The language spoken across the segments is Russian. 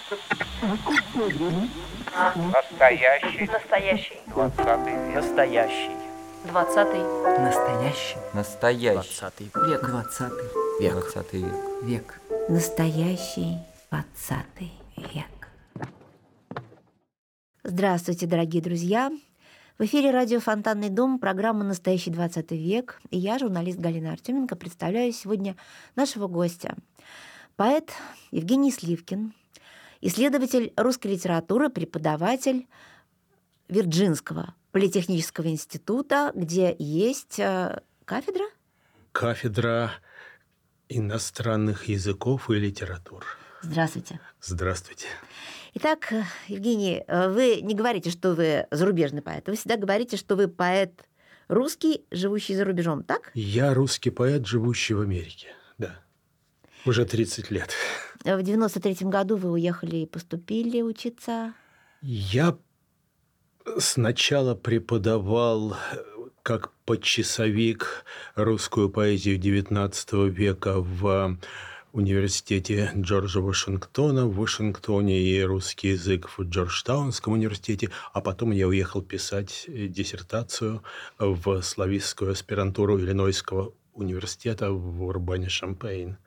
Настоящий. Настоящий. 20 век. Настоящий. 20-й. Настоящий. Настоящий. 20 век. 20 век. 20 век. Век. Настоящий 20 век. Здравствуйте, дорогие друзья! В эфире радио «Фонтанный дом», программа «Настоящий 20 век». И я, журналист Галина Артеменко, представляю сегодня нашего гостя. Поэт Евгений Сливкин, исследователь русской литературы, преподаватель Вирджинского политехнического института, где есть кафедра? Кафедра иностранных языков и литератур. Здравствуйте. Здравствуйте. Итак, Евгений, вы не говорите, что вы зарубежный поэт. Вы всегда говорите, что вы поэт русский, живущий за рубежом, так? Я русский поэт, живущий в Америке, да. Уже 30 лет. В 93-м году вы уехали и поступили учиться? Я сначала преподавал как почасовик русскую поэзию XIX века в университете Джорджа Вашингтона в Вашингтоне и русский язык в Джорджтаунском университете, а потом я уехал писать диссертацию в славистскую аспирантуру Иллинойского университета в Урбане-Шампейн.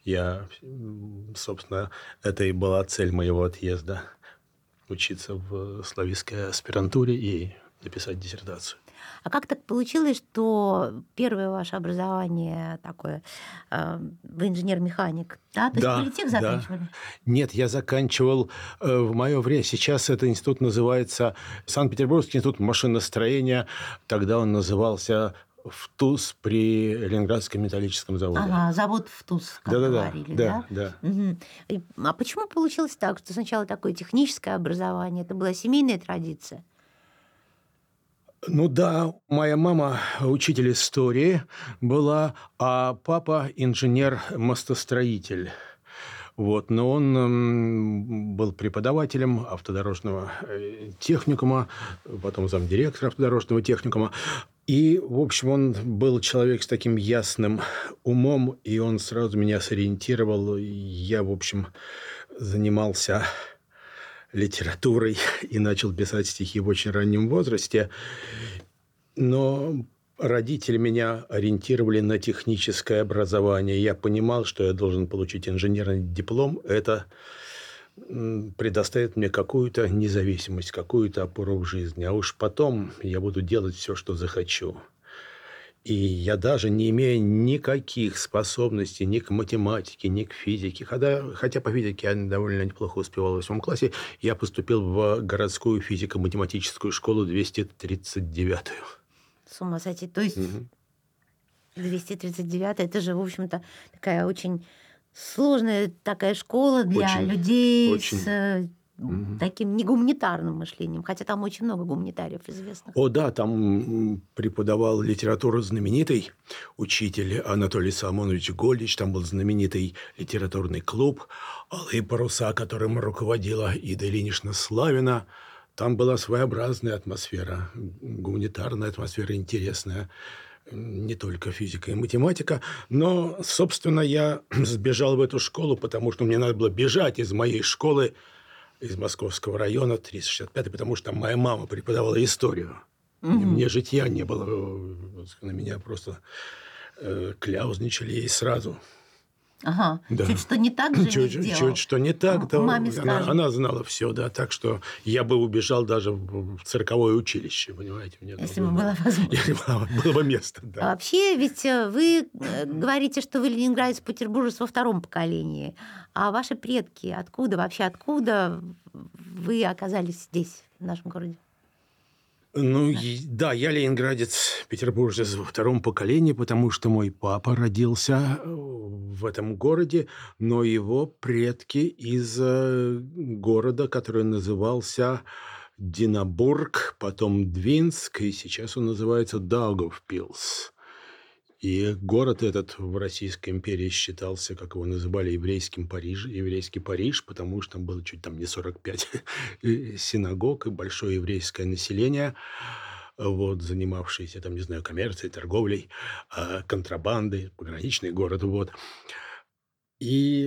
Собственно, это и была цель моего отъезда – учиться в славистской аспирантуре и написать диссертацию. А как так получилось, что первое ваше образование такое, вы инженер-механик, да? То есть политех заканчивали? Да. Нет, я заканчивал в мое время. Сейчас этот институт называется Санкт-Петербургский институт машиностроения. Тогда он назывался ВТУЗ при Ленинградском металлическом заводе. Ага, завод ВТУЗ, как говорили, да? Да. Угу. А почему получилось так, что сначала такое техническое образование, это была семейная традиция? Ну да, моя мама учитель истории была, а папа инженер-мостостроитель. Вот, но он был преподавателем автодорожного техникума, потом замдиректора автодорожного техникума. И, в общем, он был человек с таким ясным умом, и он сразу меня сориентировал. Я, в общем, занимался литературой и начал писать стихи в очень раннем возрасте. Но родители меня ориентировали на техническое образование. Я понимал, что я должен получить инженерный диплом. Это предоставит мне какую-то независимость, какую-то опору в жизни. А уж потом я буду делать все, что захочу. И я даже не имея никаких способностей ни к математике, ни к физике, хотя по физике я довольно неплохо успевал в 8 классе, я поступил в городскую физико-математическую школу 239-ю. С ума сойти. То есть 239-я, это же, в общем-то, такая очень сложная такая школа для людей с таким негуманитарным мышлением, хотя там очень много гуманитариев известных. О, да, там преподавал литературу знаменитый учитель Анатолий Соломонович Гольдич, там был знаменитый литературный клуб «Алые паруса», которым руководила Ида Ильинична Славина. Там была своеобразная атмосфера, гуманитарная атмосфера, интересная. Не только физика и математика. Но, собственно, я сбежал в эту школу, потому что мне надо было бежать из моей школы, из Московского района, 365-й, потому что там моя мама преподавала историю. Мне житья не было. На меня просто кляузничали ей сразу. Ага. Да. Чуть что не так же не сделал. Чуть что не так, то маме она знала все, да. Так что я бы убежал даже в цирковое училище, понимаете. Если бы была возможность. Если было бы место, да. А вообще, ведь вы говорите, что вы ленинградец, петербуржец во втором поколении. А ваши предки откуда вы оказались здесь, в нашем городе? Ну, да, я ленинградец, петербуржец во втором поколении, потому что мой папа родился в этом городе, но его предки из города, который назывался Динабург, потом Двинск, и сейчас он называется Даугавпилс. И город этот в Российской империи считался, как его называли, еврейский Париж, потому что там было чуть не 45 синагог и большое еврейское население, вот, занимавшееся коммерцией, торговлей, контрабандой, пограничный город, вот. И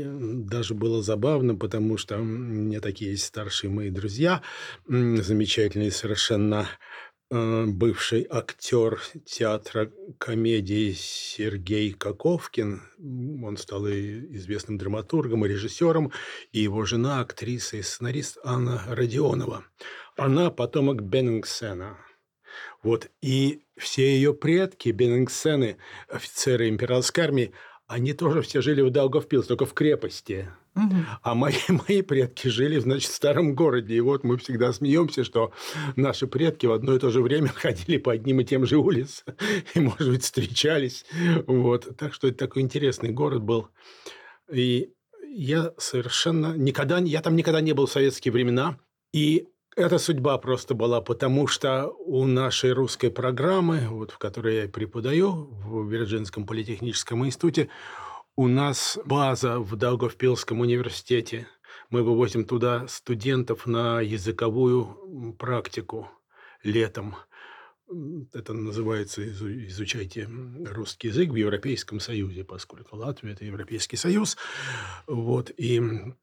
даже было забавно, потому что у меня такие есть старшие мои друзья, замечательные совершенно, бывший актер театра комедии Сергей Коковкин. Он стал и известным драматургом, и режиссером, и его жена, актриса и сценарист Анна Родионова. Она потомок Беннингсена. Вот, и все ее предки, Беннингсены, офицеры императорской армии, они тоже все жили в Даугавпилсе, только в крепости. А мои предки жили, значит, в старом городе. И вот мы всегда смеемся, что наши предки в одно и то же время ходили по одним и тем же улицам и, может быть, встречались. Вот. Так что это такой интересный город был. И я совершенно я там никогда не был в советские времена. И эта судьба просто была, потому что у нашей русской программы, вот, в которой я преподаю, в Вирджинском политехническом институте, у нас база в Даугавпилском университете. Мы вывозим туда студентов на языковую практику летом. Это называется «Изучайте русский язык в Европейском Союзе», поскольку Латвия – это Европейский Союз. Вот, и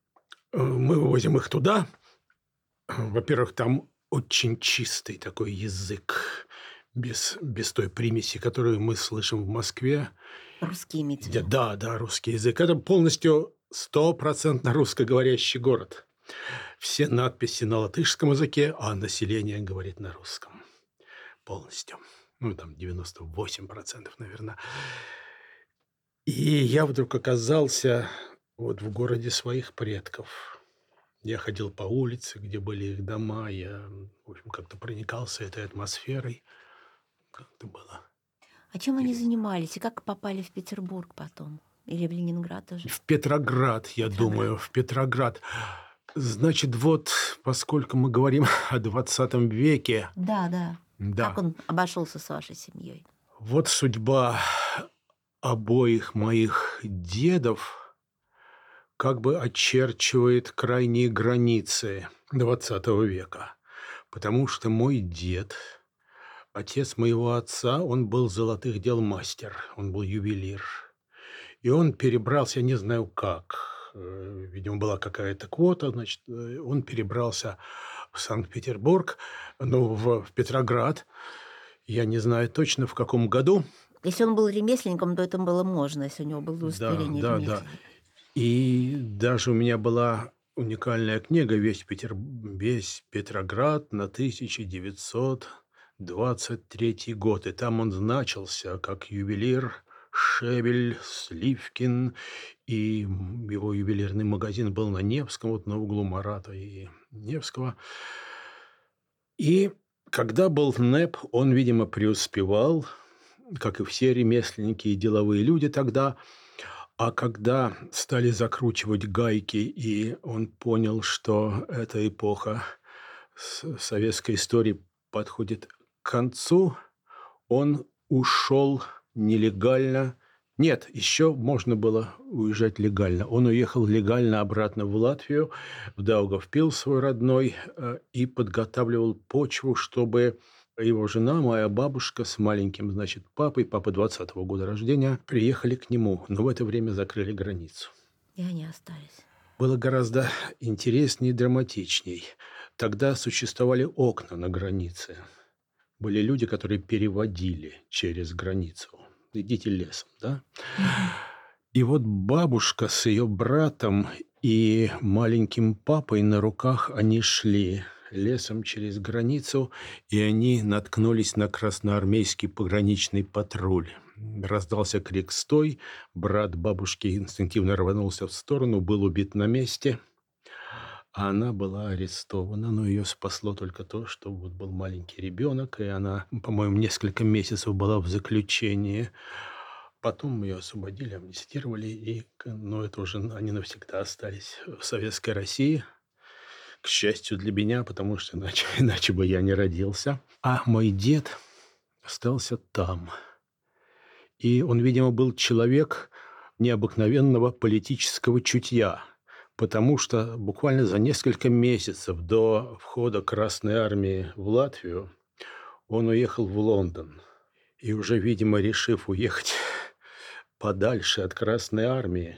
мы вывозим их туда. Во-первых, там очень чистый такой язык, без той примеси, которую мы слышим в Москве. Русский имеется в виду? Да, русский язык. Это полностью 100% русскоговорящий город. Все надписи на латышском языке, а население говорит на русском. Полностью. Ну, там 98%, наверное. И я вдруг оказался вот в городе своих предков. Я ходил по улице, где были их дома. Я, в общем, как-то проникался этой атмосферой. Как-то было. А чем они занимались? И как попали в Петербург потом? Или в Ленинград тоже? В Петроград, я думаю, в Петроград. Значит, вот, поскольку мы говорим о 20 веке... Да. Да. Как он обошелся с вашей семьей? Вот судьба обоих моих дедов как бы очерчивает крайние границы 20 века. Потому что мой дед, отец моего отца, он был золотых дел мастер, он был ювелир. И он перебрался, я не знаю как, видимо, была какая-то квота, значит, он перебрался в Санкт-Петербург, в Петроград. Я не знаю точно, в каком году. Если он был ремесленником, то это было можно, если у него было удостоверение ремесленника. Да. И даже у меня была уникальная книга «Весь Петроград на 1923 год». И там он значился как ювелир Шебель, Сливкин. И его ювелирный магазин был на Невском, вот на углу Марата и Невского. И когда был НЭП, он, видимо, преуспевал, как и все ремесленники и деловые люди тогда. А когда стали закручивать гайки, и он понял, что эта эпоха советской истории подходит к концу, он ушел нелегально. Нет, еще можно было уезжать легально. Он уехал легально обратно в Латвию, в Даугавпилс свой родной, и подготавливал почву, чтобы... Его жена, моя бабушка с маленьким, значит, папа 20-го года рождения, приехали к нему, но в это время закрыли границу. И они остались. Было гораздо интереснее и драматичней. Тогда существовали окна на границе. Были люди, которые переводили через границу. Идите лесом, да? И вот бабушка с ее братом и маленьким папой на руках они шли лесом через границу, и они наткнулись на красноармейский пограничный патруль. Раздался крик «Стой!», брат бабушки инстинктивно рванулся в сторону, был убит на месте, а она была арестована. Но ее спасло только то, что вот был маленький ребенок, и она, по-моему, несколько месяцев была в заключении. Потом ее освободили, амнистировали, но это уже они навсегда остались в Советской России. К счастью для меня, потому что иначе бы я не родился. А мой дед остался там. И он, видимо, был человек необыкновенного политического чутья, потому что буквально за несколько месяцев до входа Красной Армии в Латвию он уехал в Лондон. И уже, видимо, решив уехать подальше от Красной Армии,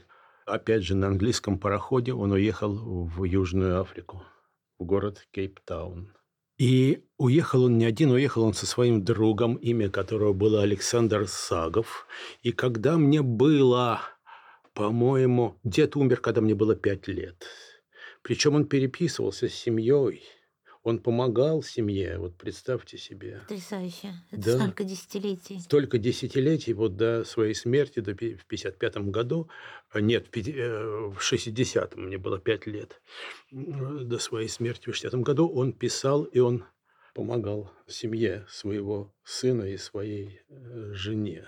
опять же, на английском пароходе он уехал в Южную Африку, в город Кейптаун. И уехал он не один, уехал он со своим другом, имя которого было Александр Сагов. И когда мне было, по-моему, дед умер, когда мне было 5 лет. Причем он переписывался с семьей. Он помогал семье, вот представьте себе. Потрясающе. Это Да. столько десятилетий. Столько десятилетий, вот до своей смерти, в 55 году, нет, в 60-м, мне было 5 лет, до своей смерти в 60-м году он писал, и он помогал семье своего сына и своей жене.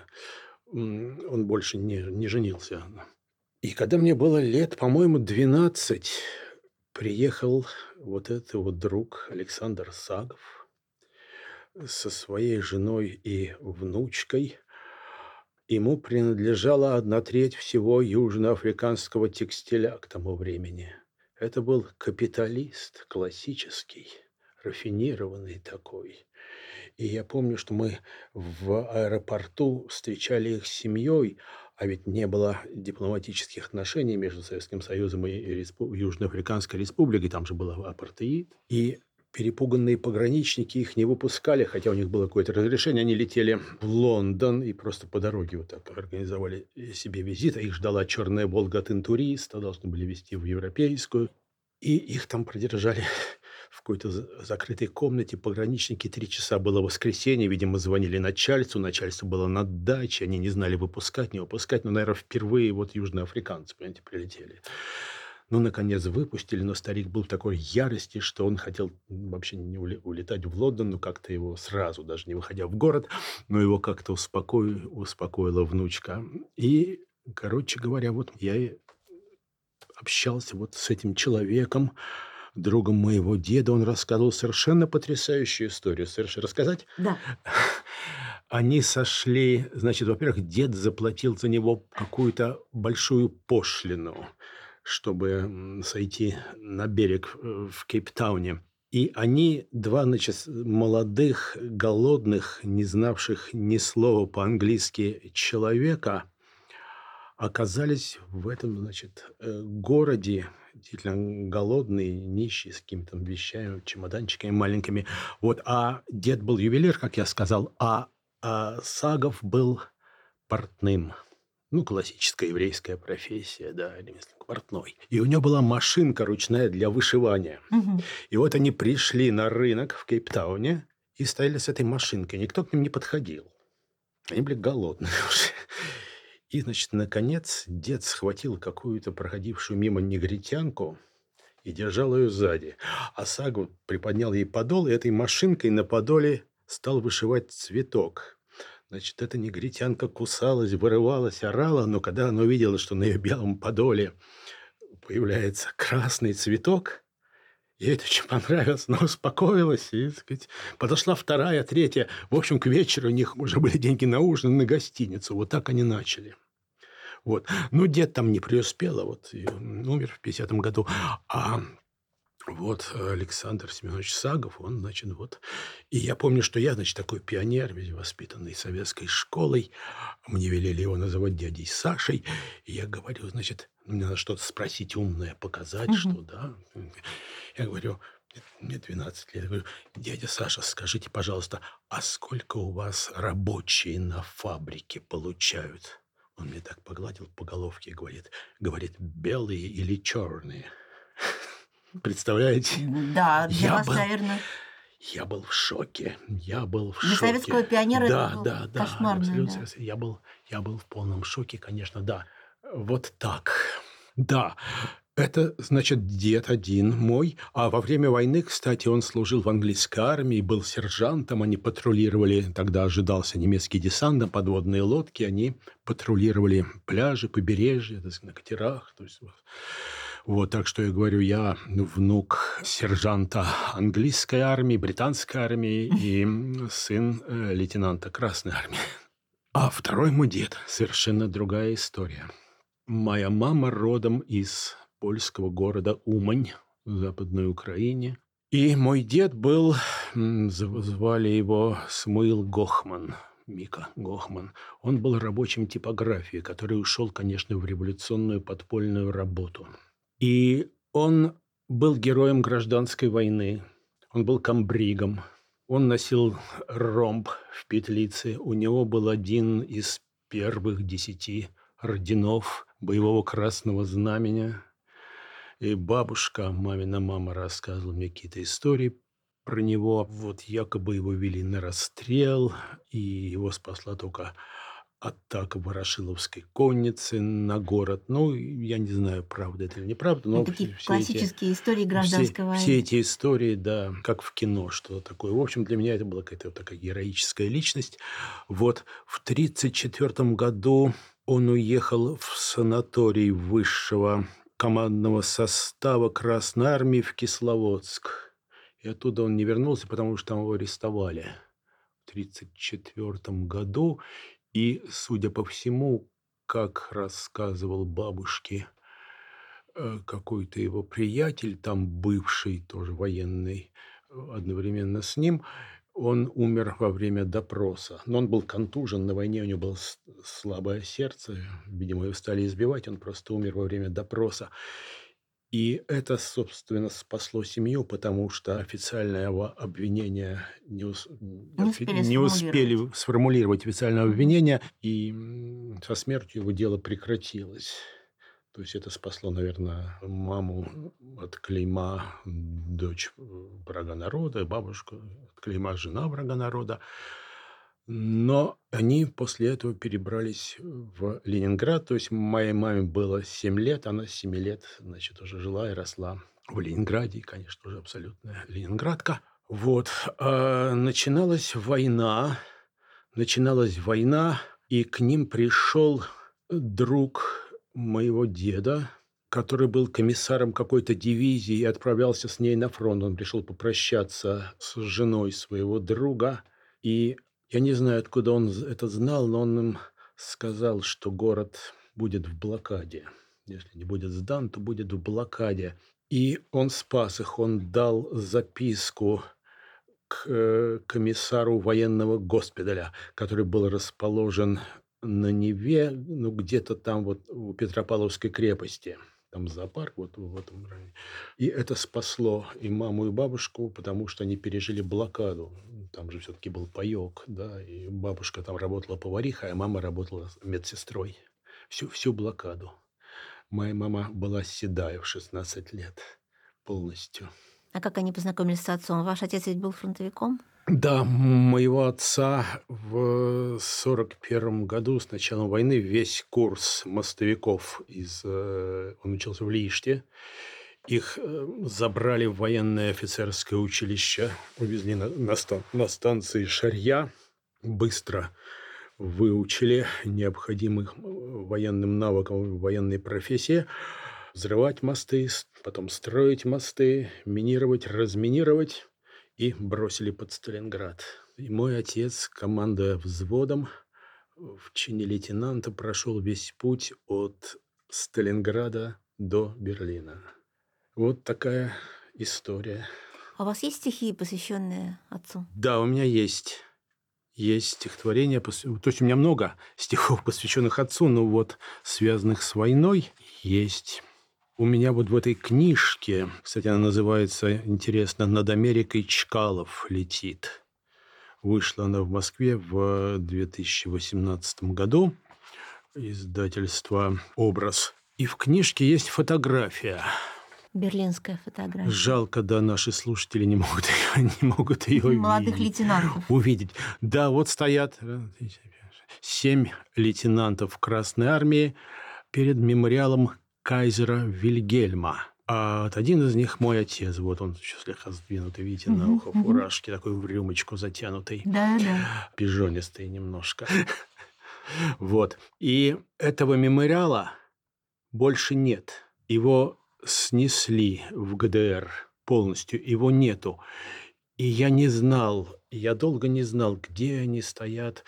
Он больше не женился. И когда мне было лет, по-моему, 12, приехал вот этот вот друг Александр Сагов со своей женой и внучкой. Ему принадлежала 1/3 всего южноафриканского текстиля к тому времени. Это был капиталист классический, рафинированный такой. И я помню, что мы в аэропорту встречали их с семьей, а ведь не было дипломатических отношений между Советским Союзом и Южноафриканской Республикой, там же был апартеид. И перепуганные пограничники их не выпускали, хотя у них было какое-то разрешение. Они летели в Лондон и просто по дороге вот так организовали себе визит. А их ждала черная «Волга» от интуриста, должны были везти в европейскую. И их там продержали в какой-то закрытой комнате. Пограничники 3 часа, было воскресенье, видимо, звонили начальству. Начальство было на даче, они не знали, выпускать, не выпускать. Но, наверное, впервые вот южноафриканцы, понимаете, прилетели. Ну, наконец, выпустили, но старик был в такой ярости, что он хотел вообще не улетать в Лондон, но как-то его сразу, даже не выходя в город, но его как-то успокоила внучка. И, короче говоря, вот я и общался вот с этим человеком, другом моего деда. Он рассказывал совершенно потрясающую историю. Рассказать? Да. Они сошли, значит, во-первых, дед заплатил за него какую-то большую пошлину, чтобы сойти на берег в Кейптауне. И они, 2, значит, молодых, голодных, не знавших ни слова по-английски человека, оказались в этом, значит, городе, действительно голодные, нищие, с какими-то вещами, чемоданчиками маленькими. Вот, а дед был ювелир, как я сказал, а Сагов был портным. Ну, классическая еврейская профессия, да, ремесленник портной. И у него была машинка ручная для вышивания. Мгм. И вот они пришли на рынок в Кейптауне и стояли с этой машинкой. Никто к ним не подходил. Они были голодные уже. И, значит, наконец дед схватил какую-то проходившую мимо негритянку и держал ее сзади. А Сагов приподнял ей подол, и этой машинкой на подоле стал вышивать цветок. Значит, эта негритянка кусалась, вырывалась, орала, но когда она увидела, что на ее белом подоле появляется красный цветок, ей это очень понравилось, она успокоилась, и, так сказать, подошла 2-я, 3-я. В общем, к вечеру у них уже были деньги на ужин, на гостиницу. Вот так они начали. Вот. Ну, дед там не преуспел, а вот и умер в 50-м году. А вот Александр Семенович Сагов, он, значит, вот... И я помню, что я, значит, такой пионер, ведь воспитанный советской школой. Мне велели его называть дядей Сашей. И я говорю, значит, мне надо что-то спросить умное, показать, что, да. Я говорю, мне 12 лет, я говорю, дядя Саша, скажите, пожалуйста, а сколько у вас рабочие на фабрике получают? Он мне так погладил по головке и говорит, белые или черные? Представляете? Да, для Я вас, был- наверное, Я был в шоке. Я был в для шоке. советского пионера Да, это был да, да. кошмарно. Абсолютно. Да. Я был в полном шоке, конечно, да. Вот так. Да. Это, значит, дед один мой. А во время войны, кстати, он служил в английской армии, был сержантом. Они патрулировали, тогда ожидался немецкий десант на подводные лодки. Они патрулировали пляжи, побережья, так сказать, на катерах. То есть, вот, так что я говорю, я внук сержанта английской армии, британской армии и сын лейтенанта Красной армии. А второй мой дед – совершенно другая история. Моя мама родом из польского города Умань в Западной Украине. И мой дед был, звали его Самуил Гохман. Мика Гохман. Он был рабочим типографии, который ушел, конечно, в революционную подпольную работу. И он был героем гражданской войны. Он был комбригом. Он носил ромб в петлице. У него был один из первых 10 орденов боевого Красного Знамени. И бабушка, мамина мама, рассказывала мне какие-то истории про него. Вот якобы его вели на расстрел, и его спасла только атака Ворошиловской конницы на город. Ну, я не знаю, правда это или неправда, но Такие классические истории гражданской войны. все эти истории, да, как в кино, что такое. В общем, для меня это была какая-то вот такая героическая личность. Вот в 1934 году он уехал в санаторий высшего командного состава Красной Армии в Кисловодск. И оттуда он не вернулся, потому что там его арестовали в 1934 году. И, судя по всему, как рассказывал бабушке какой-то его приятель, там бывший, тоже военный, одновременно с ним, он умер во время допроса. Но он был контужен на войне, у него было слабое сердце. Видимо, его стали избивать, он просто умер во время допроса. И это, собственно, спасло семью, потому что официального обвинения не успели сформулировать официального обвинения, и со смертью его дело прекратилось. То есть это спасло, наверное, маму от клейма дочь врага народа, бабушку от клейма жена врага народа. Но они после этого перебрались в Ленинград. То есть моей маме было 7 лет, она с 7 лет, значит, уже жила и росла в Ленинграде. И, конечно, уже абсолютная ленинградка. Вот. А начиналась война, и к ним пришел друг моего деда, который был комиссаром какой-то дивизии и отправлялся с ней на фронт. Он пришел попрощаться с женой своего друга. И я не знаю, откуда он это знал, но он им сказал, что город будет в блокаде. Если не будет сдан, то будет в блокаде. И он спас их. Он дал записку к комиссару военного госпиталя, который был расположен на Неве, ну, где-то там вот у Петропавловской крепости. Там зоопарк вот в этом районе. И это спасло и маму, и бабушку, потому что они пережили блокаду. Там же все-таки был паёк, да, и бабушка там работала поварихой, а мама работала медсестрой. Всю блокаду. Моя мама была седая в 16 лет полностью. А как они познакомились с отцом? Ваш отец ведь был фронтовиком? Да, моего отца в 1941 году, с началом войны, весь курс мостовиков он учился в Лииште. Их забрали в военное офицерское училище, увезли на станции Шарья, быстро выучили необходимых военным навыкам в военной профессии, взрывать мосты, потом строить мосты, минировать, разминировать, и бросили под Сталинград. И мой отец, командуя взводом, в чине лейтенанта прошел весь путь от Сталинграда до Берлина. Вот такая история. А у вас есть стихи, посвященные отцу? Да, у меня есть стихотворение. То есть у меня много стихов, посвященных отцу, но вот связанных с войной, есть. У меня вот в этой книжке, кстати, она называется, интересно, «Над Америкой Чкалов летит». Вышла она в Москве в 2018 году. Издательство «Образ». И в книжке есть фотография. Берлинская фотография. Жалко, да, наши слушатели не могут ее молодых лейтенантов увидеть. Да, вот стоят 7 лейтенантов Красной Армии перед мемориалом кайзера Вильгельма. А один из них мой отец. Вот он еще слегка сдвинутый, видите, на ухо фуражки, такой в рюмочку затянутый. Да. Пижонистый немножко. Вот. И этого мемориала больше нет. Его снесли в ГДР полностью. Его нету. И я долго не знал, где они стоят.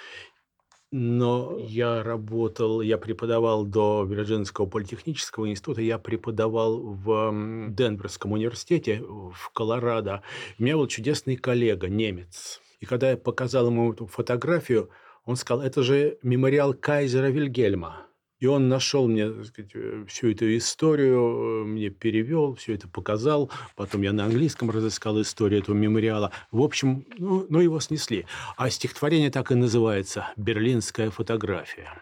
Но я преподавал до Вирджинского политехнического института, я преподавал в Денверском университете в Колорадо. У меня был чудесный коллега, немец. И когда я показал ему эту фотографию, Он сказал, это же мемориал кайзера Вильгельма. И он нашел мне, так сказать, всю эту историю, мне перевел, все это показал. Потом я на английском разыскал историю этого мемориала. В общем, ну его снесли. А стихотворение так и называется «Берлинская фотография».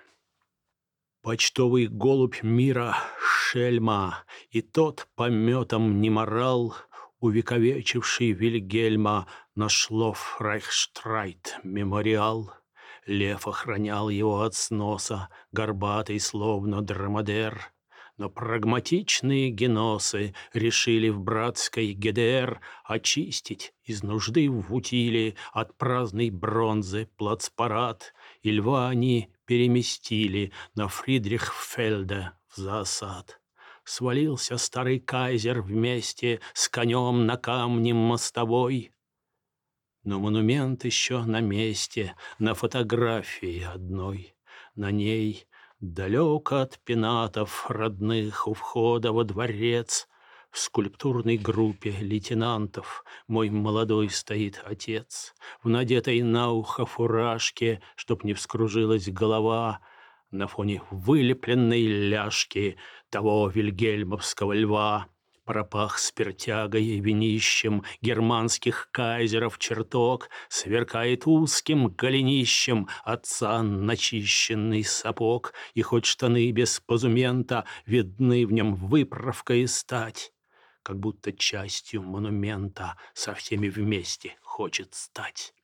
Почтовый голубь мира, шельма, и тот пометом не морал, увековечивший Вильгельма, наш лов Райхштрайт мемориал. Лев охранял его от сноса, горбатый, словно драмадер. Но прагматичные геносы решили в братской ГДР очистить из нужды в утиле от праздной бронзы плацпарад, и льва они переместили на Фридрихфельде в засад. Свалился старый кайзер вместе с конем на камне мостовой. Но монумент еще на месте, на фотографии одной. На ней, далеко от пенатов родных, у входа во дворец, в скульптурной группе лейтенантов мой молодой стоит отец, в надетой на ухо фуражке, чтоб не вскружилась голова, на фоне вылепленной ляжки того вильгельмовского льва. Пропах спиртягой и винищем германских кайзеров чертог, сверкает узким голенищем отца начищенный сапог, и хоть штаны без позумента видны в нем выправка и стать, как будто частью монумента со всеми вместе хочет стать.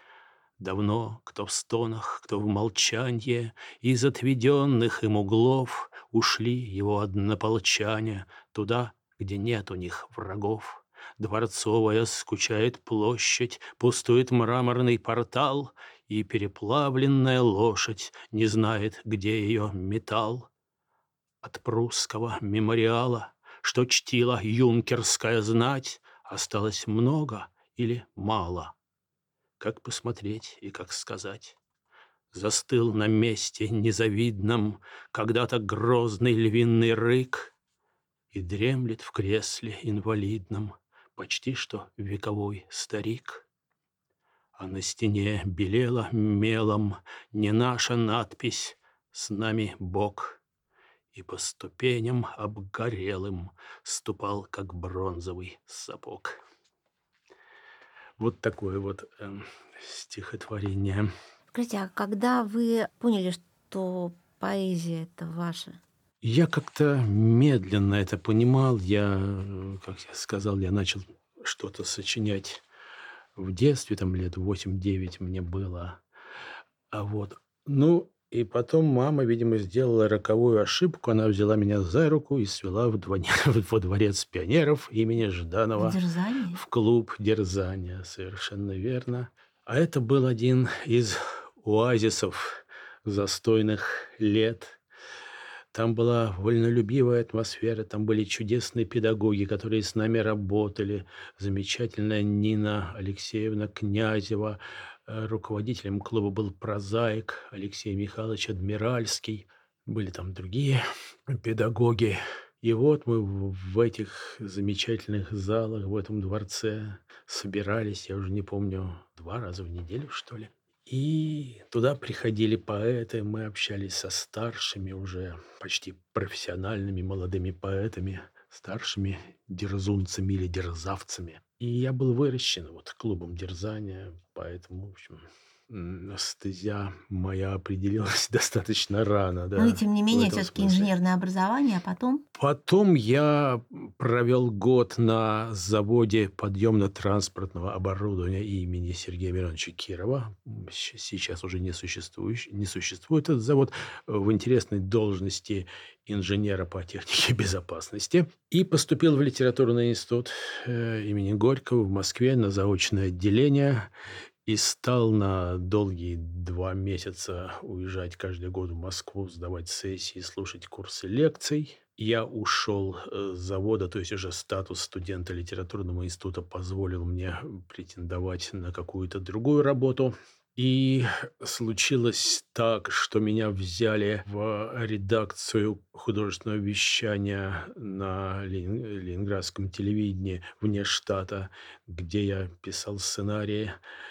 Давно, кто в стонах, кто в молчанье, из отведенных им углов ушли его однополчане туда, где нет у них врагов. Дворцовая скучает площадь, пустует мраморный портал, и переплавленная лошадь не знает, где ее металл. От прусского мемориала, что чтила юнкерская знать, осталось много или мало? Как посмотреть и как сказать? Застыл на месте незавидном когда-то грозный львиный рык, и дремлет в кресле инвалидном почти что вековой старик. А на стене белела мелом не наша надпись «С нами Бог», и по ступеням обгорелым ступал, как бронзовый сапог. Вот такое вот стихотворение. Скажите, а когда вы поняли, что поэзия это ваша? Я как-то медленно это понимал. Как я сказал, я начал что-то сочинять в детстве, там лет 8-9 мне было. Ну, и потом мама, видимо, сделала роковую ошибку. Она взяла меня за руку и свела во дворец пионеров имени Жданова. Дерзание? В клуб дерзания, совершенно верно. А это был один из оазисов застойных лет. Там была вольнолюбивая атмосфера, там были чудесные педагоги, которые с нами работали. Замечательная Нина Алексеевна Князева. Руководителем клуба был прозаик Алексей Михайлович Адмиральский. Были там другие педагоги. И вот мы в этих замечательных залах, в этом дворце собирались, я уже не помню, 2 раза в неделю, что ли. И туда приходили поэты, мы общались со старшими, уже почти профессиональными молодыми поэтами, старшими дерзунцами или дерзавцами. И я был выращен вот клубом дерзания, поэтому, в общем, стезя моя определилась достаточно рано. Но и тем не в менее, этом все-таки смысле. инженерное образование, а потом Потом я провел год на заводе подъемно-транспортного оборудования имени Сергея Мироновича Кирова. Сейчас уже не существует этот завод, в интересной должности инженера по технике безопасности. И поступил в литературный институт имени Горького в Москве на заочное отделение. И стал на долгие 2 месяца уезжать каждый год в Москву, сдавать сессии, слушать курсы лекций. Я ушел с завода, то есть уже статус студента литературного института позволил мне претендовать на какую-то другую работу. И случилось так, что меня взяли в редакцию художественного вещания на ленинградском телевидении вне штата, где я писал сценарии.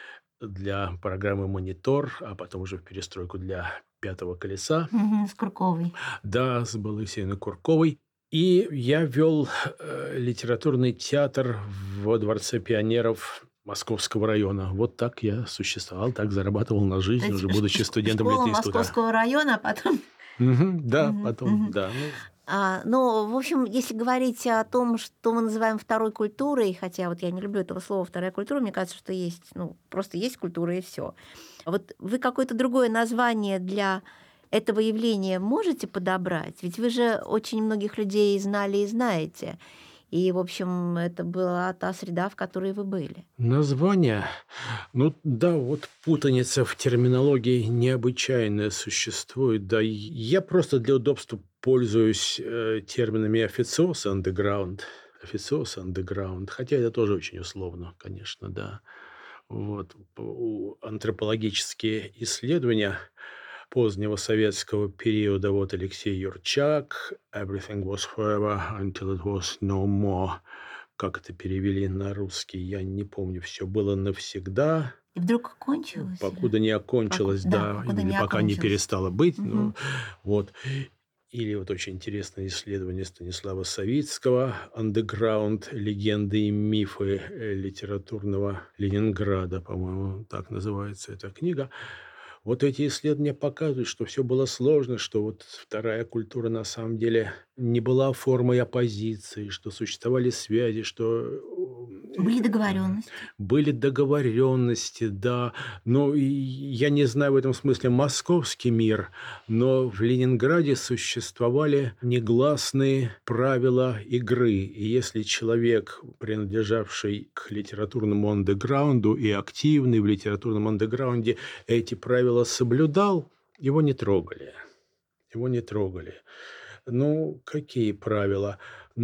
для программы «Монитор», а потом уже в перестройку для «Пятого колеса». С Курковой. Да, с Балысиной Курковой. И я вел литературный театр во Дворце пионеров Московского района. Вот так я существовал, так зарабатывал на жизнь, уже будучи студентом Школа литинститута. Московского района, а потом... Да, потом, да. Ну, в общем, если говорить о том, что мы называем второй культурой, хотя вот я не люблю этого слова «вторая культура», мне кажется, что есть, просто есть культура и все. Вот вы какое-то другое название для этого явления можете подобрать? Ведь вы же очень многих людей знали и знаете. И, в общем, это была та среда, в которой вы были. Название? Да, вот путаница в терминологии необычайная существует. Да, я просто для удобства пользуюсь терминами «официоз андеграунд». «Официоз андеграунд», хотя это тоже очень условно, конечно, да. Вот. Антропологические исследования позднего советского периода, вот Алексей Юрчак, «Everything was forever until it was no more». Как это перевели на русский, я не помню. Все было навсегда. И вдруг кончилось? Покуда не окончилось, да. Или пока не перестало быть. Вот. Или вот очень интересное исследование Станислава Савицкого «Андеграунд. Легенды и мифы литературного Ленинграда», по-моему, так называется эта книга. Вот эти исследования показывают, что все было сложно, что вот вторая культура на самом деле не была формой оппозиции, что существовали связи, что были договоренности. Были договоренности, да. Но я не знаю в этом смысле московский мир, но в Ленинграде существовали негласные правила игры. И если человек, принадлежавший к литературному андеграунду и активный в литературном андеграунде, эти правила соблюдал, его не трогали. Его не трогали. Какие правила?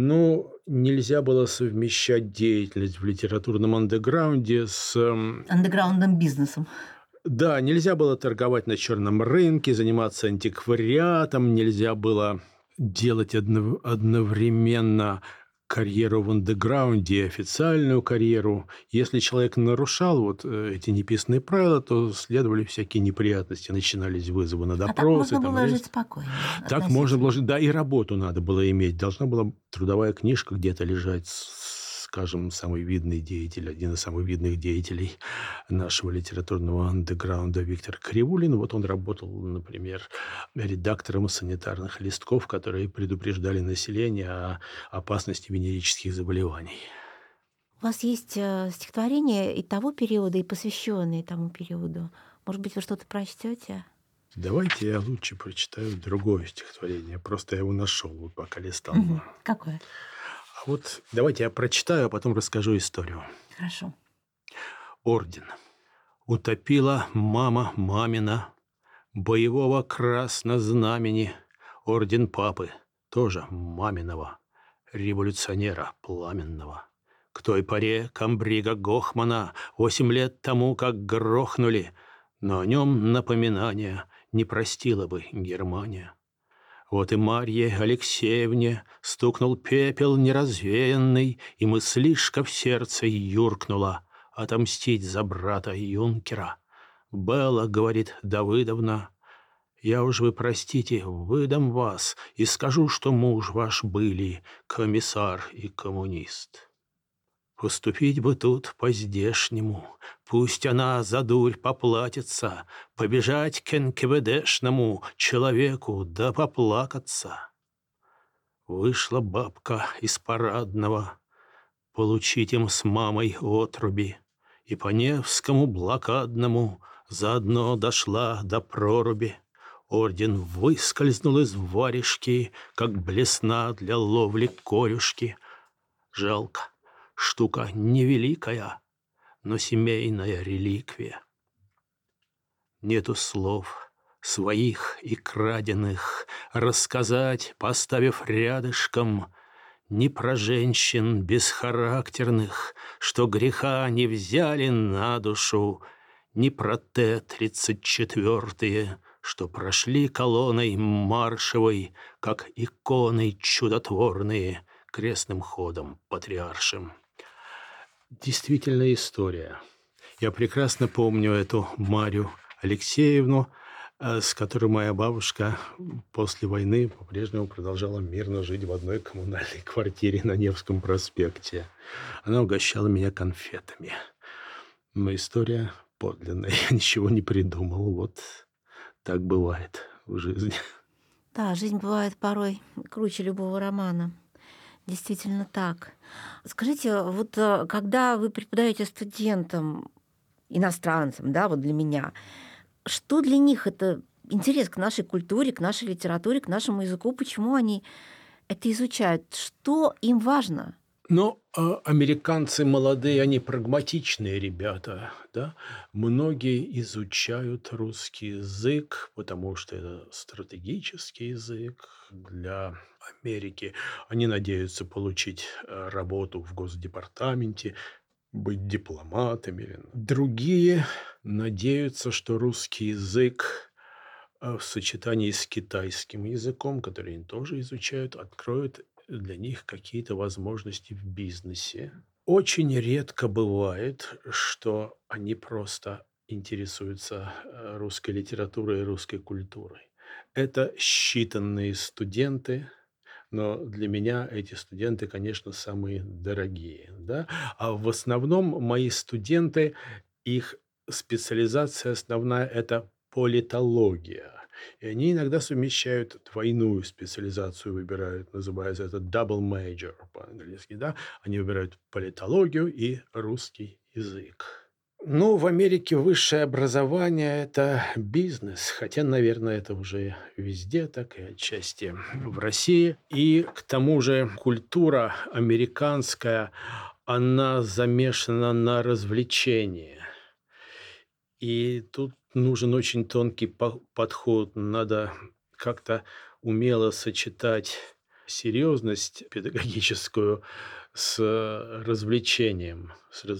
Нельзя было совмещать деятельность в литературном андеграунде с... андеграундным бизнесом. Да, нельзя было торговать на черном рынке, заниматься антиквариатом, нельзя было делать одновременно карьеру в андеграунде и официальную карьеру. Если человек нарушал вот эти неписанные правила, то следовали всякие неприятности, начинались вызовы на допросы. Так можно было жить спокойно. Так можно было жить, да, и работу надо было иметь. Должна была трудовая книжка где-то лежать, скажем, самый видный деятель, один из самых видных деятелей нашего литературного андеграунда Виктор Кривулин. Вот он работал, например, редактором санитарных листков, которые предупреждали население о опасности венерических заболеваний. У вас есть стихотворения и того периода, и посвященные тому периоду. Может быть, вы что-то прочтете? Давайте я лучше прочитаю другое стихотворение. Просто я его нашел, вот пока листал. Какое? Вот давайте я прочитаю, а потом расскажу историю. Хорошо. Орден. Утопила мама мамина боевого краснознамени. Орден папы, тоже маминого, революционера пламенного. К той поре комбрига Гохмана 8 лет тому, как грохнули, но о нем напоминания не простила бы Германия. Вот и Марье Алексеевне стукнул пепел неразвеянный, и мыслишка в сердце юркнула отомстить за брата юнкера. «Белла, — говорит Давыдовна, — я уж, вы простите, выдам вас и скажу, что муж ваш были комиссар и коммунист. Поступить бы тут по-здешнему, пусть она за дурь поплатится, побежать к НКВДшному человеку да поплакаться». Вышла бабка из парадного получить им с мамой отруби, и по Невскому блокадному заодно дошла до проруби. Орден выскользнул из варежки, как блесна для ловли корюшки. Жалко. Штука невеликая, но семейная реликвия. Нету слов своих и краденых рассказать, поставив рядышком, ни про женщин бесхарактерных, что греха не взяли на душу, ни про Т-34, что прошли колонной маршевой, как иконы чудотворные, крестным ходом патриаршим. Действительно история. Я прекрасно помню эту Марию Алексеевну, с которой моя бабушка после войны по-прежнему продолжала мирно жить в одной коммунальной квартире на Невском проспекте. Она угощала меня конфетами. Но история подлинная. Я ничего не придумал. Вот так бывает в жизни. Да, жизнь бывает порой круче любого романа. Действительно так. Скажите, вот когда вы преподаете студентам, иностранцам, да, вот для меня, что для них это интерес к нашей культуре, к нашей литературе, к нашему языку? Почему они это изучают? Что им важно? Но американцы молодые, они прагматичные ребята, да? Многие изучают русский язык, потому что это стратегический язык для Америки. Они надеются получить работу в Госдепартаменте, быть дипломатами. Другие надеются, что русский язык в сочетании с китайским языком, который они тоже изучают, откроет для них какие-то возможности в бизнесе. Очень редко бывает, что они просто интересуются русской литературой и русской культурой. Это считанные студенты, но для меня эти студенты, конечно, самые дорогие. Да? А в основном мои студенты, их специализация основная – это политология. И они иногда совмещают двойную специализацию, выбирают, называется это double major по-английски. Да? Они выбирают политологию и русский язык. Ну, в Америке высшее образование – это бизнес, хотя, наверное, это уже везде, так и отчасти в России. И к тому же культура американская, она замешана на развлечении. И тут нужен очень тонкий подход. Надо как-то умело сочетать серьезность педагогическую с развлечением.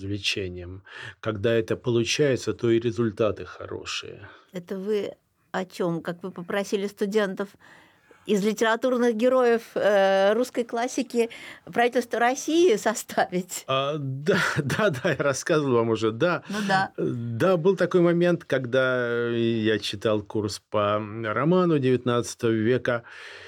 Когда это получается, то и результаты хорошие. Это вы о чем? Как вы попросили студентов из литературных героев русской классики правительство России составить? Да, я рассказывал вам уже, да. Ну да. Да, был такой момент, когда я читал курс по роману XIX века,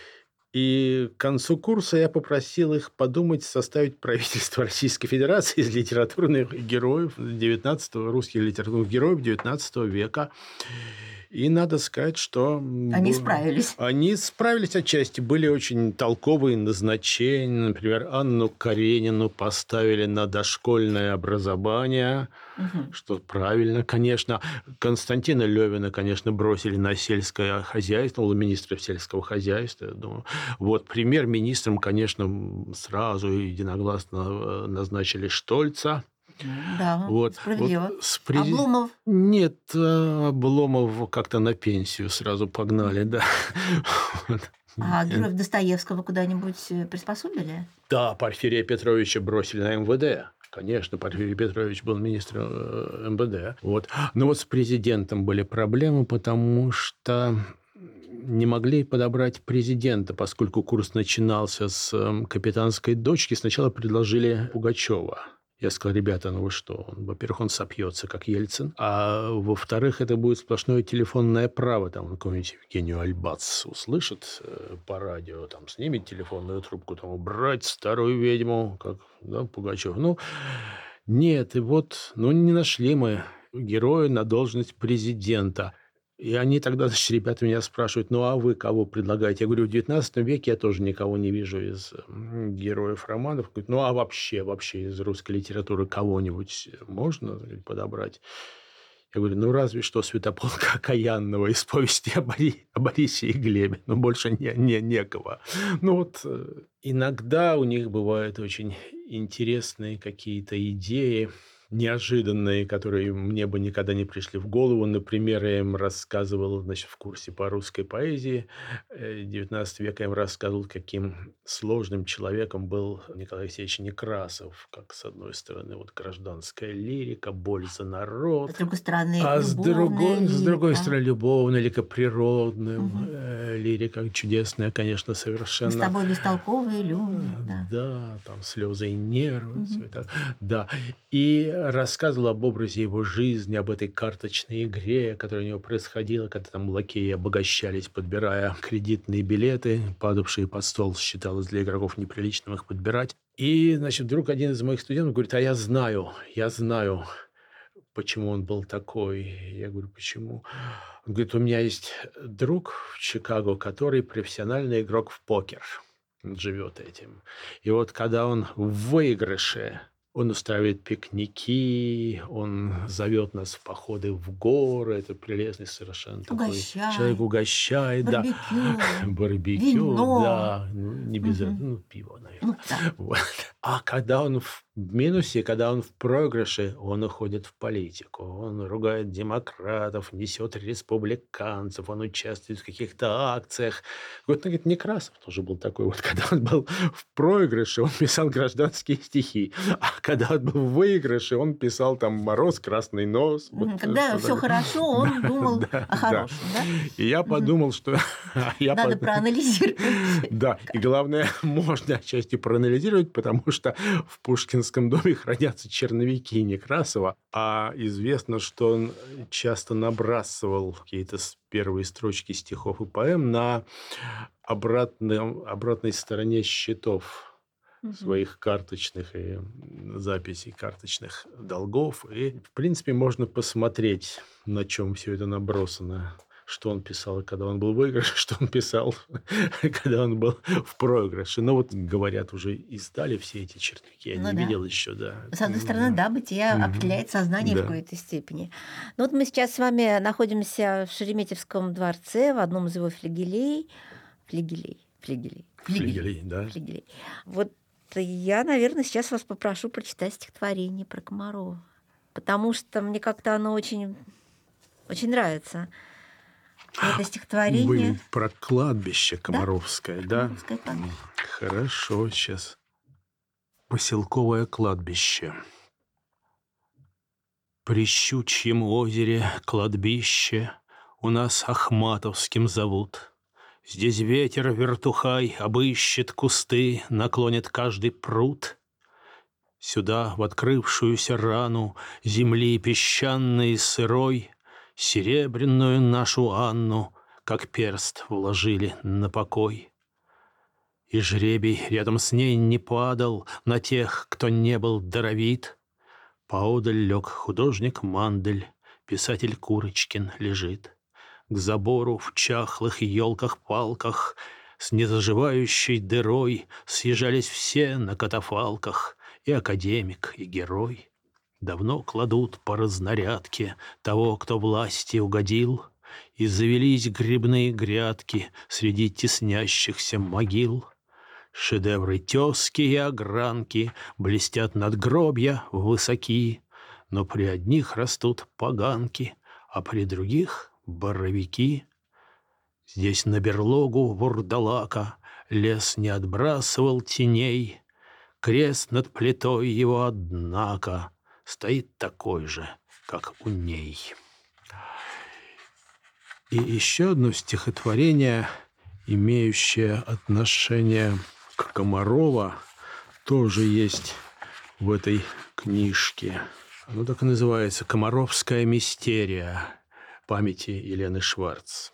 и к концу курса я попросил их подумать, составить правительство Российской Федерации из литературных героев русских литературных героев XIX века. И надо сказать, что... Они справились. Они справились отчасти. Были очень толковые назначения. Например, Анну Каренину поставили на дошкольное образование, что правильно, конечно. Константина Левина, конечно, бросили на сельское хозяйство, министра сельского хозяйства, я думаю. Вот премьер-министром, конечно, сразу единогласно назначили Штольца. Да, вот, справедливо. Вот Обломов? Нет, Обломов как-то на пенсию сразу погнали, да. А героев Достоевского куда-нибудь приспособили? Да, Порфирия Петровича бросили на МВД. Конечно, Порфирий Петрович был министром МВД. Вот. Но вот с президентом были проблемы, потому что не могли подобрать президента, поскольку курс начинался с капитанской дочки. Сначала предложили Пугачева. Я сказал: ребята, ну вы что? Во-первых, он сопьется, как Ельцин. А во-вторых, это будет сплошное телефонное право. Там какой-нибудь Евгению Альбац услышит по радио, там снимет телефонную трубку, там убрать старую ведьму, как Пугачев. Ну, нет, и вот, не нашли мы героя на должность президента. И они тогда, ребята меня спрашивают: ну, а вы кого предлагаете? Я говорю, в XIX веке я тоже никого не вижу из героев романов. Говорят, ну, а вообще из русской литературы кого-нибудь можно подобрать? Я говорю, ну, разве что Святополка Окаянного из повести о Борисе и Глебе. Но больше некого. Ну, вот иногда у них бывают очень интересные какие-то идеи, неожиданные, которые мне бы никогда не пришли в голову. Например, я им рассказывал, в курсе по русской поэзии XIX века, я им рассказывал, каким сложным человеком был Николай Алексеевич Некрасов. Как, с одной стороны, гражданская лирика, боль за народ. С другой стороны, с другой стороны, любовная лирика, природная лирика, чудесная, конечно, совершенно. Мы с тобой бестолковые люди. Да, там слезы и нервы. Да. И рассказывал об образе его жизни, об этой карточной игре, которая у него происходила, когда там лакеи обогащались, подбирая кредитные билеты, падавшие под стол, считалось для игроков неприличным их подбирать. И, значит, вдруг один из моих студентов говорит: а я знаю, почему он был такой. Я говорю: почему? Он говорит: у меня есть друг в Чикаго, который профессиональный игрок в покер. Он живет этим. И вот когда он в выигрыше, он устраивает пикники, он зовет нас в походы в горы. Это прелестный совершенно такой человек. Угощает, да. Барбекю. Барбекю, Вино. да. Ну, не без этого. Ну, пиво, наверное. Вот. А когда он в минусе, когда он в проигрыше, он уходит в политику. Он ругает демократов, несет республиканцев, он участвует в каких-то акциях. Вот, говорит, Некрасов тоже был такой. Вот когда он был в проигрыше, он писал гражданские стихи. А когда он был в выигрыше, он писал там «Мороз, красный нос». Вот, когда все хорошо, он думал о хорошем, да? И я подумал, что... Надо проанализировать. Да, и главное, можно отчасти проанализировать, потому что в Пушкинском доме хранятся черновики Некрасова, а известно, что он часто набрасывал какие-то первые строчки стихов и поэм на обратной стороне счетов своих карточных и записей карточных долгов. И, в принципе, можно посмотреть, на чем все это набросано. Что он писал, когда он был в выигрыше, что он писал, когда он был в проигрыше. Ну, вот, говорят, уже издали все эти черновики. Я не видел еще, да. С одной стороны, да, бытие определяет сознание в какой-то степени. Ну, вот мы сейчас с вами находимся в Шереметьевском дворце, в одном из его флигелей. Флигелей, да. Вот я, наверное, сейчас вас попрошу прочитать стихотворение про Комарова, потому что мне как-то оно очень, очень нравится. Это стихотворение... Вы про кладбище Комаровское, да? Комаровское кладбище. Хорошо, сейчас. Поселковое кладбище. При Щучьем озере кладбище у нас Ахматовским зовут. Здесь ветер вертухай обыщет кусты, наклонит каждый пруд. Сюда, в открывшуюся рану земли песчаной и сырой, серебряную нашу Анну, как перст, вложили на покой. И жребий рядом с ней не падал на тех, кто не был даровит. Поодаль лег художник Мандель, писатель Курочкин лежит. К забору в чахлых елках-палках с незаживающей дырой съезжались все на катафалках, и академик, и герой. Давно кладут по разнарядке того, кто власти угодил, и завелись грибные грядки среди теснящихся могил. Шедевры тёски и огранки блестят надгробья высоки, но при одних растут поганки, а при других — боровики. Здесь на берлогу вурдалака лес не отбрасывал теней, крест над плитой его, однако, стоит такой же, как у ней. И еще одно стихотворение, имеющее отношение к Комарова, тоже есть в этой книжке. Оно так и называется «Комаровская мистерия» памяти Елены Шварц.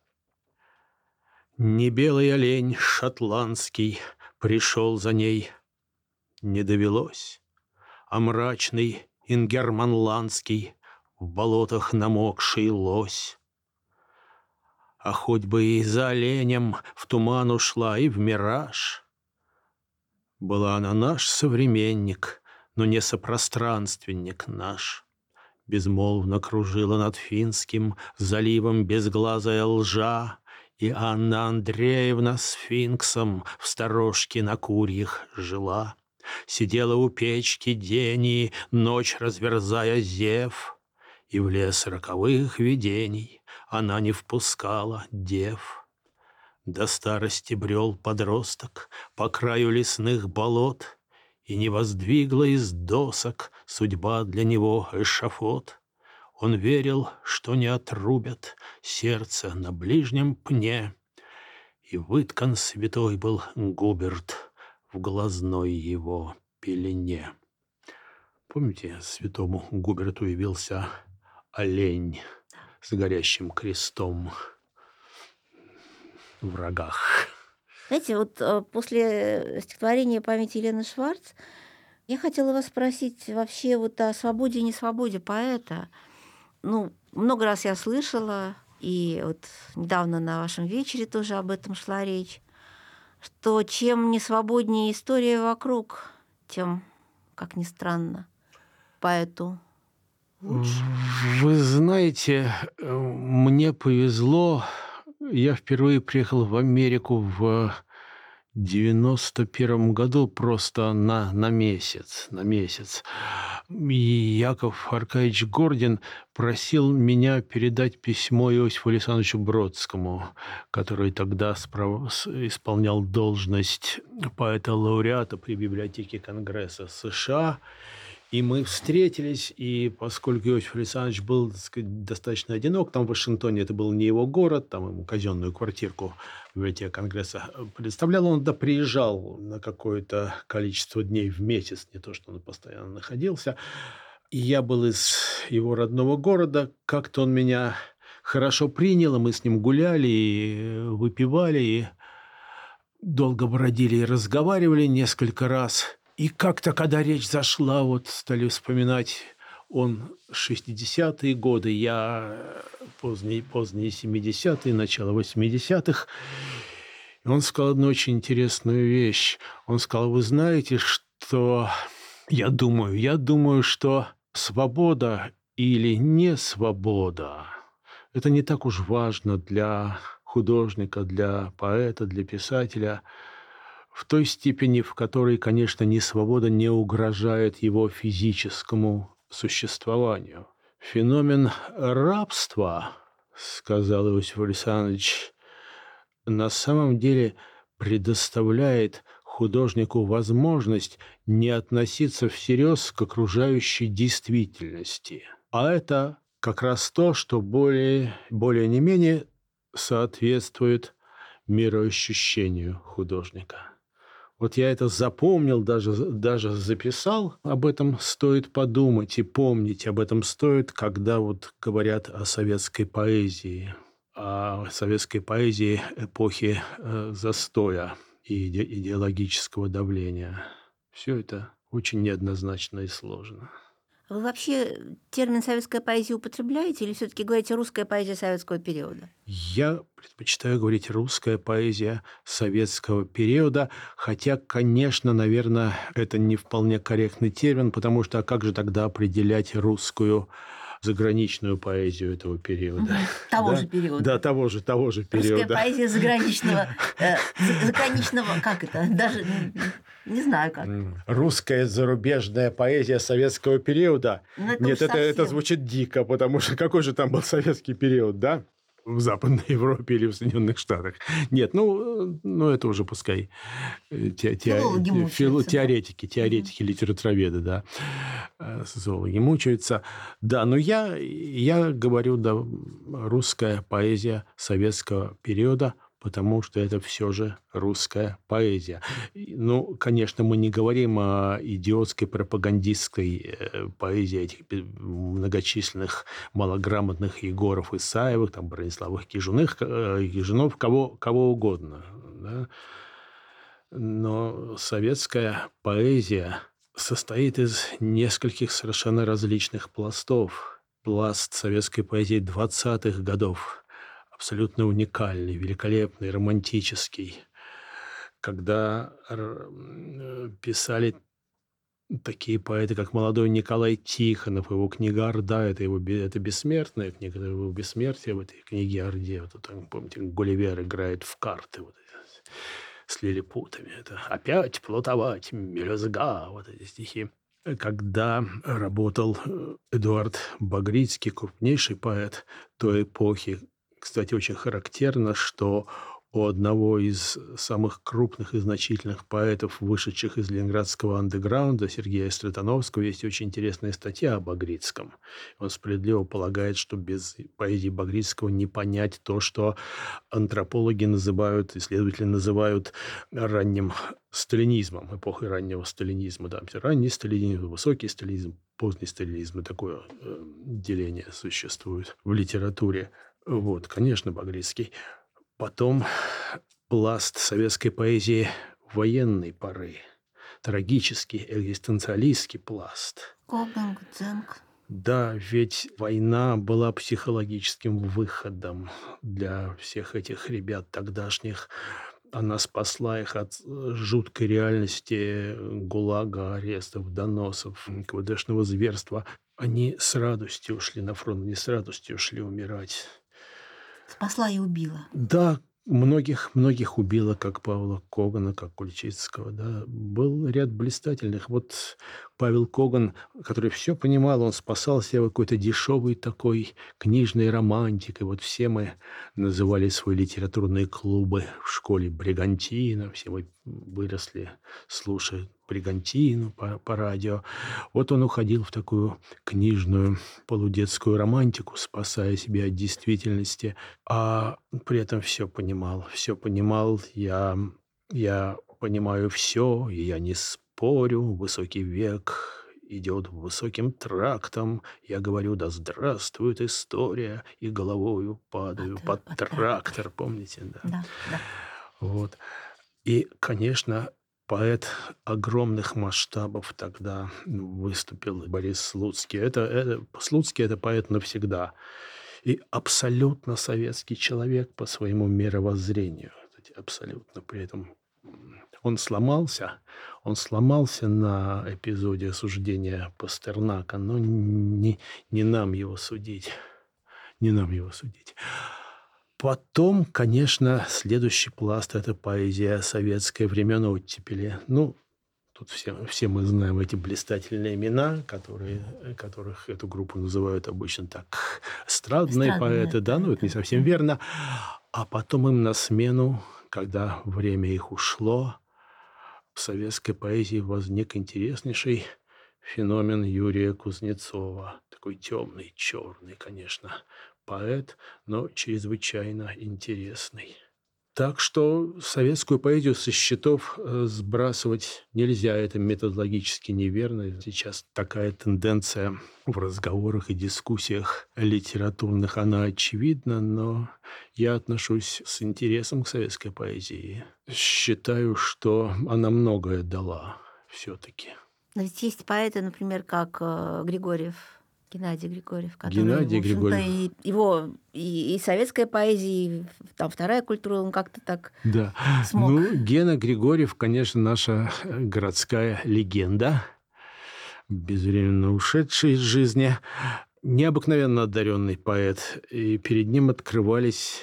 Не белый олень шотландский пришел за ней, не довелось, а мрачный ингерманландский в болотах намокший лось. А хоть бы и за оленем в туман ушла и в мираж, была она наш современник, но не сопространственник наш. Безмолвно кружила над Финским заливом безглазая лжа, и Анна Андреевна сфинксом в сторожке на курьих жила. Сидела у печки день и ночь, разверзая зев, и в лес роковых видений она не впускала дев. До старости брел подросток по краю лесных болот, и не воздвигла из досок судьба для него эшафот. Он верил, что не отрубят сердце на ближнем пне, и выткан святой был Губерт в глазной его пелене. Помните, святому Губерту явился олень с горящим крестом в рогах. Знаете, вот после стихотворения «Память Елены Шварц» я хотела вас спросить вообще вот о свободе и несвободе поэта. Ну, много раз я слышала, и вот недавно на вашем вечере тоже об этом шла речь, что чем несвободнее история вокруг, тем, как ни странно, поэту лучше. Вы знаете, мне повезло. Я впервые приехал в Америку в 91 году просто на месяц. И Яков Аркадьевич Гордин просил меня передать письмо Иосифу Александровичу Бродскому, который тогда исполнял должность поэта-лауреата при библиотеке Конгресса США. И мы встретились, и поскольку Иосиф Александрович был, так сказать, достаточно одинок, там в Вашингтоне это был не его город, там ему казенную квартирку в библиотеке Конгресса предоставлял, он туда приезжал на какое-то количество дней в месяц, не то, что он постоянно находился. И я был из его родного города, как-то он меня хорошо принял, и мы с ним гуляли, и выпивали, и долго бродили и разговаривали несколько раз. И как-то, когда речь зашла, вот стали вспоминать, он 60-е годы, я поздние 70-е, начало 80-х. И он сказал одну очень интересную вещь. Он сказал: вы знаете, что я думаю, что свобода или не свобода – это не так уж важно для художника, для поэта, для писателя, в той степени, в которой, конечно, несвобода не угрожает его физическому существованию. Феномен рабства, сказал Иосиф Александрович, на самом деле предоставляет художнику возможность не относиться всерьез к окружающей действительности. А это как раз то, что более не менее соответствует мироощущению художника. Вот я это запомнил, даже записал. Об этом стоит подумать и помнить. Об этом стоит, когда вот говорят о советской поэзии. О советской поэзии эпохи застоя и идеологического давления. Все это очень неоднозначно и сложно. Вы вообще термин «советская поэзия» употребляете или все-таки говорите «русская поэзия советского периода»? Я предпочитаю говорить «русская поэзия советского периода», хотя, конечно, наверное, это не вполне корректный термин, потому что как же тогда определять русскую заграничную поэзию этого периода? Того же периода. Да, того же периода. Русская поэзия заграничного, как это? Даже не знаю как. Русская зарубежная поэзия советского периода? Нет, это звучит дико, потому что какой же там был советский период, да? В Западной Европе или в Соединенных Штатах. Нет, это уже пускай теоретики, литературоведы, да, социологи мучаются. Да, но я говорю, да, русская поэзия советского периода, потому что это все же русская поэзия. Ну, конечно, мы не говорим о идиотской пропагандистской поэзии этих многочисленных малограмотных Егоров, Исаевых, там, Брониславых Кижунов, кого угодно. Да? Но советская поэзия состоит из нескольких совершенно различных пластов. Пласт советской поэзии 20-х годов абсолютно уникальный, великолепный, романтический, когда писали такие поэты, как молодой Николай Тихонов, его книга «Орда», это бессмертная книга, это его бессмертие в этой книге «Орде». Вот там, помните, Гулливер играет в карты вот с лилипутами. Это «Опять плутовать, мелюзга», вот эти стихи. Когда работал Эдуард Багрицкий, крупнейший поэт той эпохи, кстати, очень характерно, что у одного из самых крупных и значительных поэтов, вышедших из ленинградского андеграунда, Сергея Стратановского, есть очень интересная статья о Багрицком. Он справедливо полагает, что без поэзии Багрицкого не понять то, что антропологи называют, исследователи называют ранним сталинизмом, эпохой раннего сталинизма. Да, ранний сталинизм, высокий сталинизм, поздний сталинизм. И такое деление существует в литературе. Вот, конечно, Багрицкий. Потом пласт советской поэзии военной поры, трагический, экзистенциалистский пласт. Коган, Гудзенко. Да, ведь война была психологическим выходом для всех этих ребят тогдашних. Она спасла их от жуткой реальности ГУЛАГа, арестов, доносов, КВДшного зверства. Они с радостью ушли на фронт, не с радостью ушли умирать. Спасла и убила. Да, многих убило, как Павла Когана, как Кульчицкого. Да. Был ряд блистательных. Вот Павел Коган, который все понимал, он спасал себя какой-то дешевой такой книжной романтикой. Вот все мы называли свои литературные клубы в школе «Бригантина». Все мы выросли, слушая «Бригантину» по радио. Вот он уходил в такую книжную полудетскую романтику, спасая себя от действительности, а при этом все понимал. Все понимал. Я понимаю все, и я не спорю. Высокий век идет высоким трактом. Я говорю, да здравствует история, и головою падаю под трактор. Помните? Да. Да. Вот. И, конечно, поэт огромных масштабов тогда выступил Борис Слуцкий. Слуцкий – это поэт навсегда. И абсолютно советский человек по своему мировоззрению. Абсолютно. При этом он сломался на эпизоде осуждения Пастернака, но не нам его судить. Не нам его судить. Потом, конечно, следующий пласт – это поэзия советская времен оттепели. Ну, тут все мы знаем эти блистательные имена, которых эту группу называют обычно так эстрадные поэты. Да, ну, это не совсем верно. А потом им на смену, когда время их ушло, в советской поэзии возник интереснейший феномен Юрия Кузнецова. Такой темный, черный, конечно, поэт, но чрезвычайно интересный. Так что советскую поэзию со счетов сбрасывать нельзя. Это методологически неверно. Сейчас такая тенденция в разговорах и дискуссиях литературных, она очевидна, но я отношусь с интересом к советской поэзии. Считаю, что она многое дала все-таки. Но ведь есть поэты, например, как Григорьев, Геннадий Григорьев, который, Геннадий в общем-то, Григорьев. его и советская поэзия, и там вторая культура, он как-то так смог. Ну, Гена Григорьев, конечно, наша городская легенда, безвременно ушедший из жизни, необыкновенно одаренный поэт, и перед ним открывались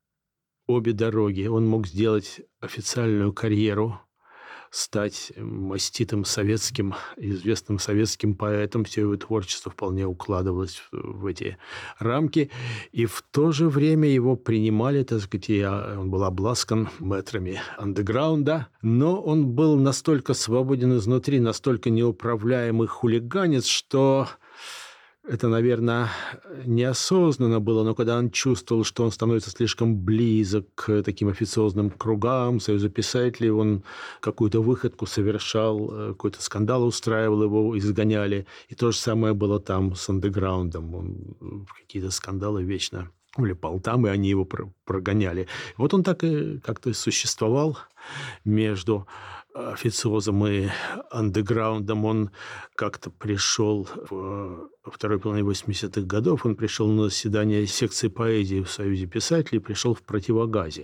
обе дороги. Он мог сделать официальную карьеру, стать маститым советским, известным советским поэтом. Все его творчество вполне укладывалось в эти рамки. И в то же время его принимали, так сказать, он был обласкан мэтрами андеграунда, но он был настолько свободен изнутри, настолько неуправляемый хулиганец, что это, наверное, неосознанно было, но когда он чувствовал, что он становится слишком близок к таким официозным кругам Союза писателей, он какую-то выходку совершал, какой-то скандал устраивал, его изгоняли. И то же самое было там с андеграундом. Он в какие-то скандалы вечно влипал там, и они его прогоняли. Вот он так и как-то существовал между официозом и андеграундом. Он как-то пришел во второй половине 80-х годов, он пришел на заседание секции поэзии в Союзе писателей, пришел в противогазе.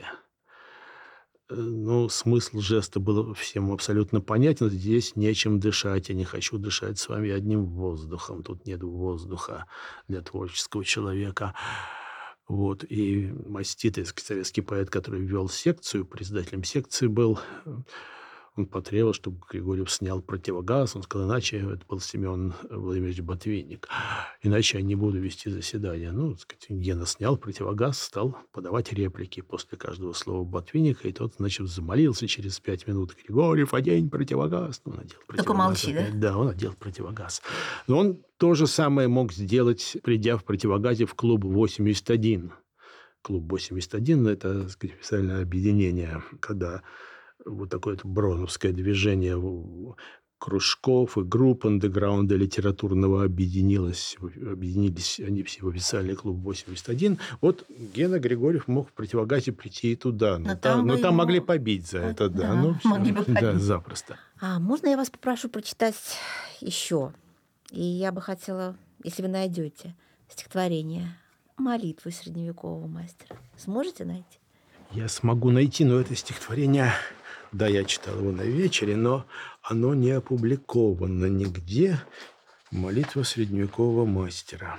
Ну, смысл жеста был всем абсолютно понятен. Здесь нечем дышать, я не хочу дышать с вами одним воздухом. Тут нет воздуха для творческого человека. Вот. И маститый советский поэт, который вел секцию, председателем секции был, Он потребовал, чтобы Григорьев снял противогаз. Он сказал, иначе, это был Семен Владимирович Ботвинник, иначе я не буду вести заседание. Ну, так сказать, Гена снял противогаз, стал подавать реплики после каждого слова Ботвинника, и тот, значит, замолился через 5 минут. Григорьев, одень противогаз. Ну, он одел противогаз. Только молчи, да? Да, он одел противогаз. Но он то же самое мог сделать, придя в противогазе в клуб 81. Клуб 81 – это, так сказать, официальное объединение, когда вот такое броновское движение кружков и групп андеграунда литературного объединились они все в официальный клуб 81. Вот Гена Григорьев мог в противогазе прийти и туда. Но там могли побить за это, да. Могли бы побить. Да, запросто. А можно я вас попрошу прочитать еще? И я бы хотела, если вы найдете стихотворение «Молитвы средневекового мастера». Сможете найти? Я смогу найти, но это стихотворение, да, я читал его на вечере, но оно не опубликовано нигде. «Молитва средневекового мастера».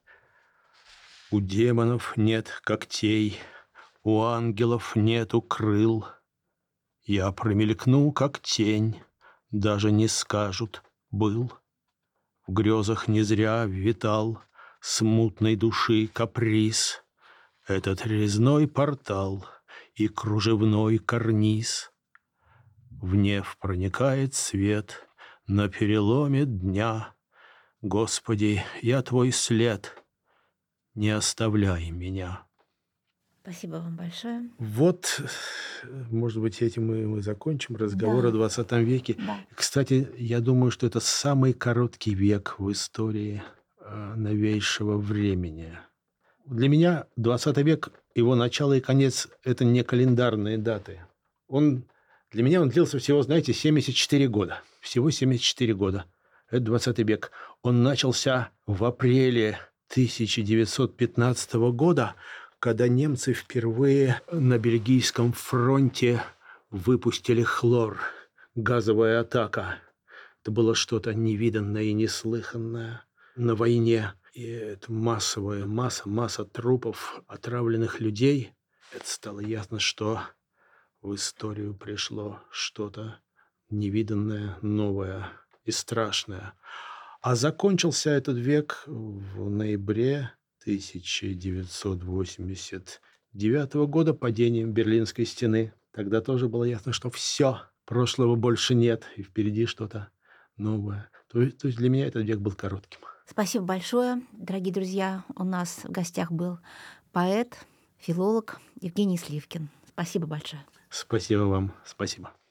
У демонов нет когтей, у ангелов нету крыл. Я промелькну, как тень, даже не скажут «был». В грезах не зря витал смутной души каприз. Этот резной портал и кружевной карниз. В неф проникает свет на переломе дня. Господи, я твой след, не оставляй меня. Спасибо вам большое. Вот, может быть, этим мы закончим разговор о 20 веке. Да. Кстати, я думаю, что это самый короткий век в истории новейшего времени. Для меня 20 век, его начало и конец – это не календарные даты. Для меня он длился всего, знаете, 74 года. Всего 74 года. Это 20 век. Он начался в апреле 1915 года, когда немцы впервые на Бельгийском фронте выпустили хлор. Газовая атака. Это было что-то невиданное и неслыханное на войне. И это масса трупов, отравленных людей. Это стало ясно, что в историю пришло что-то невиданное, новое и страшное. А закончился этот век в ноябре 1989 года падением Берлинской стены. Тогда тоже было ясно, что все, прошлого больше нет, и впереди что-то новое. То есть для меня этот век был коротким. Спасибо большое, дорогие друзья. У нас в гостях был поэт, филолог Евгений Сливкин. Спасибо большое. Спасибо вам. Спасибо.